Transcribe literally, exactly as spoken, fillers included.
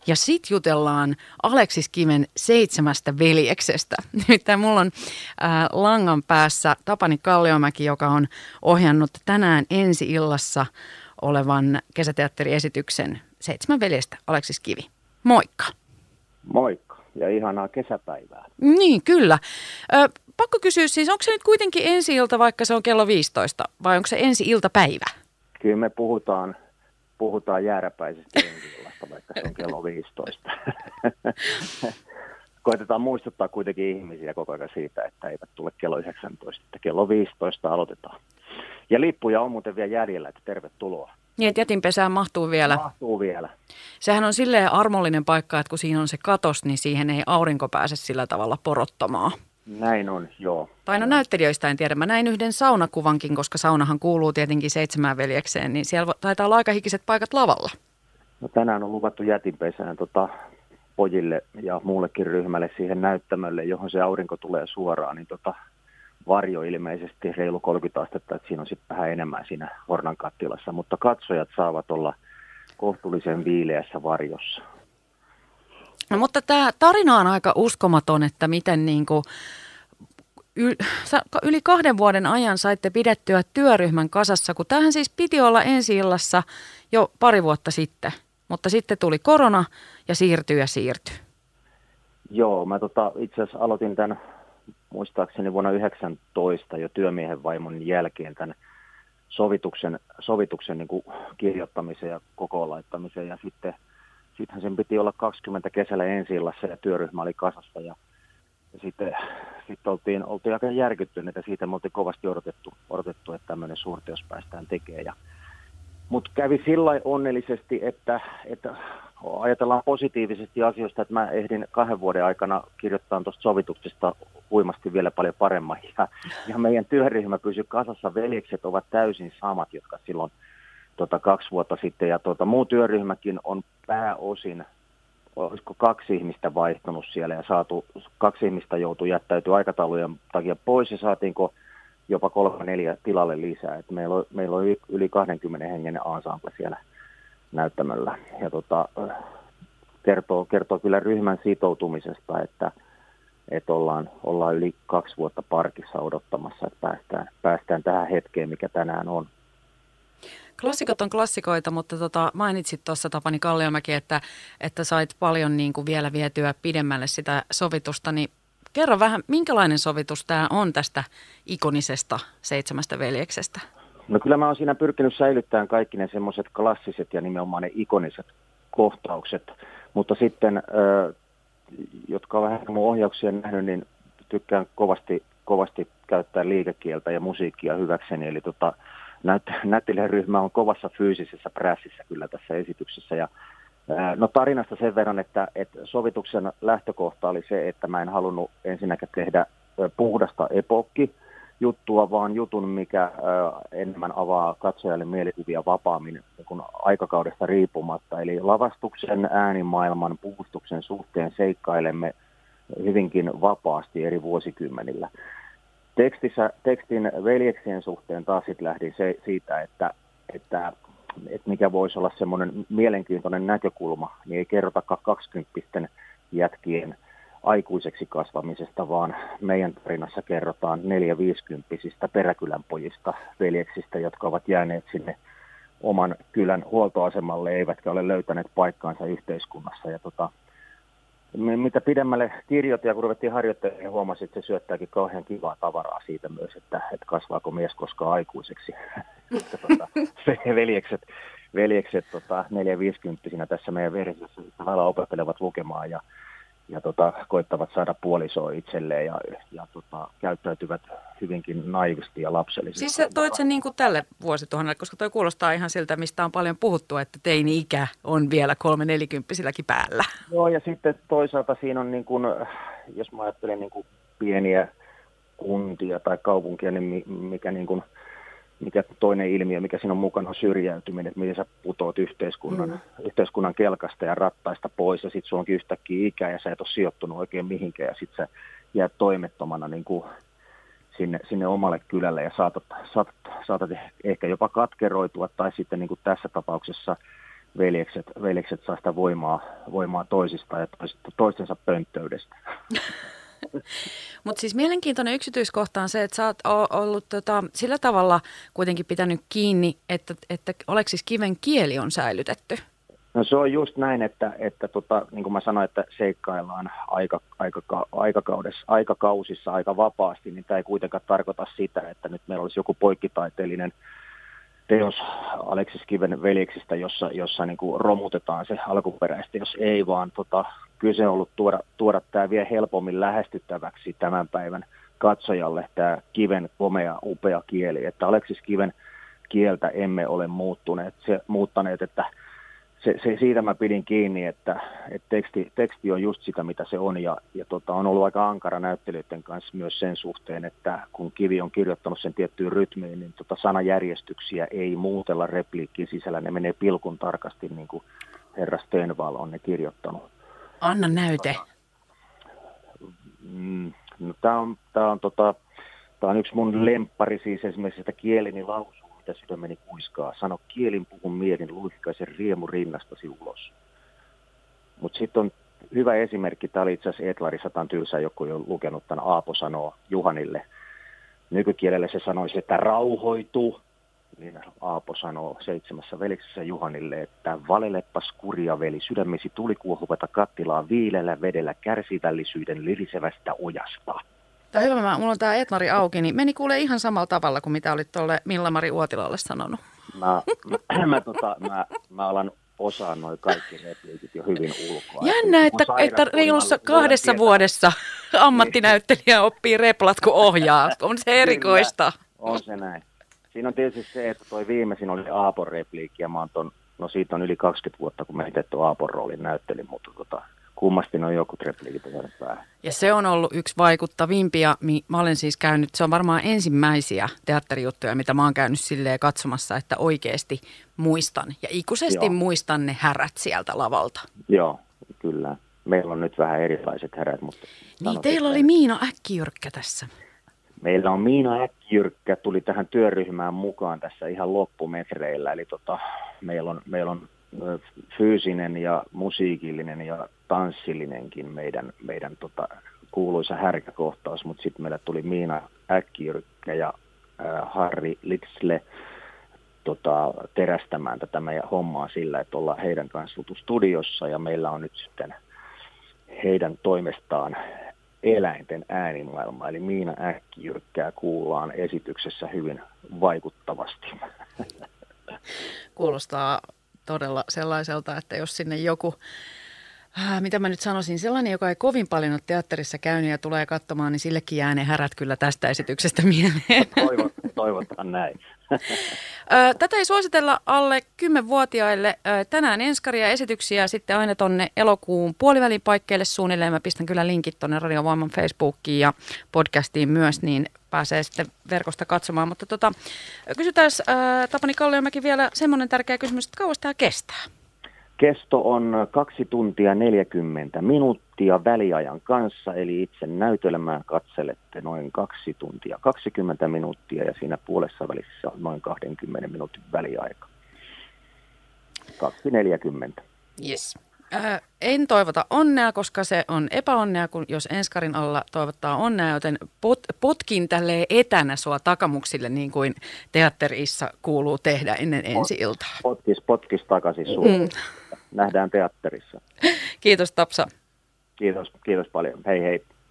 Ja sit jutellaan Aleksis Kiven seitsemästä veljeksestä. Nimittäin mulla on ää, langan päässä Tapani Kalliomäki, joka on ohjannut tänään ensi-illassa olevan kesäteatteriesityksen Seitsemän veljestä, Aleksis Kivi. Moikka. Moikka ja ihanaa kesäpäivää. Niin, kyllä. Ö, pakko kysyä siis, onko se nyt kuitenkin ensi-ilta, vaikka se on kello viisitoista, vai onko se ensi-iltapäivä? Kyllä me puhutaan, puhutaan jääräpäisesti ensi-illasta, vaikka se on kello viisitoista. Koitetaan muistuttaa kuitenkin ihmisiä koko ajan siitä, että eivät tule kello yhdeksäntoista, että kello viisitoista aloitetaan. Ja lippuja on muuten vielä jäljellä, että tervetuloa. Niin, että jätinpesään mahtuu vielä. Mahtuu vielä. Sehän on silleen armollinen paikka, että kun siinä on se katos, niin siihen ei aurinko pääse sillä tavalla porottamaan. Näin on, joo. Tai no näyttelijöistä en tiedä. Mä näin yhden saunakuvankin, koska saunahan kuuluu tietenkin Seitsemään veljekseen, niin siellä taitaa olla aika hikiset paikat lavalla. No tänään on luvattu jätinpesään tota, pojille ja muullekin ryhmälle siihen näyttämölle, johon se aurinko tulee suoraan, niin tota, varjo ilmeisesti reilu kolmekymmentä astetta, että siinä on sitten vähän enemmän siinä Hornan kattilassa, mutta katsojat saavat olla kohtuullisen viileässä varjossa. No, mutta tämä tarina on aika uskomaton, että miten niin kuin yli kahden vuoden ajan saitte pidettyä työryhmän kasassa, kun tämähän siis piti olla ensi-illassa jo pari vuotta sitten, mutta sitten tuli korona ja siirtyi ja siirtyi. Joo, mä tota, itse asiassa aloitin tämän muistaakseni vuonna yhdeksäntoista jo työmiehen vaimon jälkeen tämän sovituksen, sovituksen niin kuin kirjoittamisen ja kokoon laittamisen. Ja sitten sittenhän sen piti olla kaksikymmentä kesällä ensi-illassa ja työryhmä oli kasassa. Ja, ja sitten, sitten oltiin, oltiin aika järkyttyneitä siitä. Me oltiin kovasti odotettu, odotettu että tämmöinen suurteos päästään tekemään. Mutta kävi sillä lailla onnellisesti, että, että ajatellaan positiivisesti asioista, että mä ehdin kahden vuoden aikana kirjoittaa tuosta sovituksesta huimasti vielä paljon paremmin. Ja, ja meidän työryhmä pysyi kasassa, veljekset ovat täysin samat, jotka silloin tota, kaksi vuotta sitten. Ja tota, muu työryhmäkin on pääosin, olisiko kaksi ihmistä vaihtunut siellä ja saatu, kaksi ihmistä joutui jättäytyä aikataulujen takia pois ja saatiinko jopa kolme neljä tilalle lisää. Et meillä, on, meillä on yli kaksikymmentä hengen ensemble siellä näyttämöllä. Ja tota, kertoo, kertoo kyllä ryhmän sitoutumisesta, että, että ollaan, ollaan yli kaksi vuotta parkissa odottamassa, että päästään, päästään tähän hetkeen, mikä tänään on. Klassikot on klassikoita, mutta tota, mainitsit tuossa Tapani Kalliomäki, että, että sait paljon niin kuin vielä vietyä pidemmälle sitä sovitusta, niin kerro vähän, minkälainen sovitus tämä on tästä ikonisesta Seitsemästä veljeksestä? No kyllä mä oon siinä pyrkinyt säilyttämään kaikki ne semmoiset klassiset ja nimenomaan ne ikoniset kohtaukset, mutta sitten, jotka on vähän mun ohjauksia nähnyt, niin tykkään kovasti, kovasti käyttää liikekieltä ja musiikkia hyväkseni, eli tota, näyttelijäryhmä on kovassa fyysisessä prässissä kyllä tässä esityksessä. Ja no tarinasta sen verran, että, että sovituksen lähtökohta oli se, että mä en halunnut ensinnäkin tehdä puhdasta epokki juttua, vaan jutun, mikä enemmän avaa katsojalle mielikuvia vapaammin kun aikakaudesta riippumatta. Eli lavastuksen, äänimaailman, puhustuksen suhteen seikkailemme hyvinkin vapaasti eri vuosikymmenillä. Tekstissä, tekstin veljeksien suhteen taas sit lähdin se, siitä, että, että, että mikä voisi olla semmoinen mielenkiintoinen näkökulma, niin ei kerrotakaan kaksikymppisten jätkien aikuiseksi kasvamisesta, vaan meidän tarinassa kerrotaan neljä-viisikymppisistä peräkylän pojista, veljeksistä, jotka ovat jääneet sinne oman kylän huoltoasemalle, eivätkä ole löytäneet paikkaansa yhteiskunnassa. Ja tota, mitä pidemmälle kirjoitin ja kun ruvettiin harjoittelemaan, niin huomasin, että se syöttääkin kauhean kivaa tavaraa siitä myös, että, että kasvaako mies koskaan aikuiseksi. tota, veljekset veljekset tota, neljä-viisikymppisinä tässä meidän versiossa lailla opettelevat lukemaan ja ja tota, koittavat saada puolisoa itselleen ja, ja tota, käyttäytyvät hyvinkin naivisti ja lapsellisesti. Siis sä toit sen niin kuin tälle vuosituhannelle, koska toi kuulostaa ihan siltä, mistä on paljon puhuttu, että teini-ikä on vielä kolme nelikymppisilläkin päällä. Joo, ja sitten toisaalta siinä on, niin kuin, jos mä ajattelen niin kuin pieniä kuntia tai kaupunkia, niin mikä, niin kuin, mikä toinen ilmiö, mikä siinä on mukana on syrjäytyminen, että miten sä putoat yhteiskunnan, mm. yhteiskunnan kelkasta ja rattaista pois ja sitten sulla onkin yhtäkkiä ikä ja sä et ole sijoittunut oikein mihinkään ja sitten sä jäät toimettomana niin kuin sinne, sinne omalle kylälle ja saatat, saatat, saatat ehkä jopa katkeroitua tai sitten niin kuin tässä tapauksessa veljekset, veljekset saa sitä voimaa, voimaa toisistaan ja toistensa pönttöydestä. Mutta siis mielenkiintoinen yksityiskohta on se, että sä oot ollut tota, sillä tavalla kuitenkin pitänyt kiinni, että, että Aleksis Kiven kieli on säilytetty. No se on just näin, että, että tota, niin kuin mä sanoin, että seikkaillaan aika, aika, aikakaudessa, aikakausissa aika vapaasti, niin tämä ei kuitenkaan tarkoita sitä, että nyt meillä olisi joku poikkitaiteellinen teos Aleksis Kiven veljeksistä, jossa, jossa niin kuin romutetaan se alkuperäistä, jos ei vaan tota, kyse on ollut tuoda, tuoda tämä vielä helpommin lähestyttäväksi tämän päivän katsojalle tämä Kiven komea, upea kieli, että Aleksis Kiven kieltä emme ole muuttuneet, se, muuttaneet, että se, se, siitä mä pidin kiinni, että, että teksti, teksti on just sitä, mitä se on, ja, ja tota, on ollut aika ankara näyttelijöiden kanssa myös sen suhteen, että kun Kivi on kirjoittanut sen tiettyyn rytmiin, niin tota sanajärjestyksiä ei muutella repliikkiin sisällä, ne menee pilkun tarkasti, niin kuin herra Stenvall on ne kirjoittanut. Anna näyte. Mm, no, tämä on, tää on, tota, tää on yksi mun lemppari, siis esimerkiksi sitä kielini lausuu, mitä sydämeni kuiskaa. Sano kielin puhun mielin, luikkaisen riemu rinnastasi ulos. Mutta sitten on hyvä esimerkki, tämä oli itse asiassa Eetlari Satan tylsä, joku jo lukenut tämän, Aapo sanoo Juhanille. Nykykielellä se sanoisi, että rauhoitu. Niin Aapo sanoo seitsemässä veliksessä Juhanille, että valeleppas kurja veli, sydämesi tuli kuohuvata kattilaa viilellä vedellä kärsivällisyyden lirisevästä ojasta. Tämä hyvä, mä, mulla on tämä Eetlari auki, niin meni kuulee ihan samalla tavalla kuin mitä olit tuolle Milla-Mari Uotilalle sanonut. Mä, mä, mä, tota, mä, mä alan osaan noin kaikki repliikit jo hyvin ulkoa. Jännä, että, että reilussa kahdessa vuodessa ammattinäyttelijä oppii replat kun ohjaa. On se erikoista. Kyllä, on se näin. Siinä on tietysti se, että toi viimeisin oli Aapon repliikki ja mä oon ton, no siitä on yli kaksikymmentä vuotta, kun mä itse tuon Aapon roolin näyttelin, mutta tota, kummasti noin joku repliikit on päähän. Ja se on ollut yksi vaikuttavimpia. Mä olen siis käynyt, se on varmaan ensimmäisiä teatterijuttuja, mitä mä oon käynyt silleen katsomassa, että oikeasti muistan ja ikuisesti Joo. muistan ne härät sieltä lavalta. Joo, kyllä. Meillä on nyt vähän erilaiset härät, mutta... Niin, teillä oli Miina Äkkijyrkkä tässä. Meillä on Miina Äkkijyrkkä, tuli tähän työryhmään mukaan tässä ihan loppumetreillä, eli tota, meillä on, meillä on fyysinen ja musiikillinen ja tanssillinenkin meidän, meidän tota, kuuluisa härkäkohtaus, mutta sitten meillä tuli Miina Äkkijyrkkä ja äh, Harri Litsle tota, terästämään tätä meidän hommaa sillä, että ollaan heidän kanssa oltu studiossa ja meillä on nyt sitten heidän toimestaan eläinten äänimaailma, eli Miina Äkkijyrkkää kuullaan esityksessä hyvin vaikuttavasti. Kuulostaa todella sellaiselta, että jos sinne joku, äh, mitä mä nyt sanoisin, sellainen, joka ei kovin paljon ole teatterissa käynyt ja tulee katsomaan, niin sillekin jää ne härät kyllä tästä esityksestä mieleen. Toivot, toivotaan näin. Tätä ei suositella alle kymmenvuotiaille. Tänään enskaria esityksiä sitten aina tonne elokuun puolivälin paikkeille suunnilleen. Mä pistän kyllä linkit tonne Radio Voiman Facebookiin ja podcastiin myös, niin pääsee sitten verkosta katsomaan. Mutta tota, kysytään äh, Tapani Kalliomäki vielä semmoinen tärkeä kysymys, että kauas tämä kestää? Kesto on kaksi tuntia neljäkymmentä minuuttia väliajan kanssa, eli itse näytelmää katselette noin kaksi tuntia kaksikymmentä minuuttia ja siinä puolessa välissä on noin kaksikymmentä minuutin väliaika. kaksi neljäkymmentä. Yes. Äh, en toivota onnea, koska se on epäonnea, kun jos enskarin alla toivottaa onnea, joten pot, potkin tälleen etänä sua takamuksille, niin kuin teatterissa kuuluu tehdä ennen ensi-iltaa. Potkis, potkis takaisin sulle. Mm. Nähdään teatterissa. Kiitos Tapsa. Kiitos, kiitos paljon. Hei hei.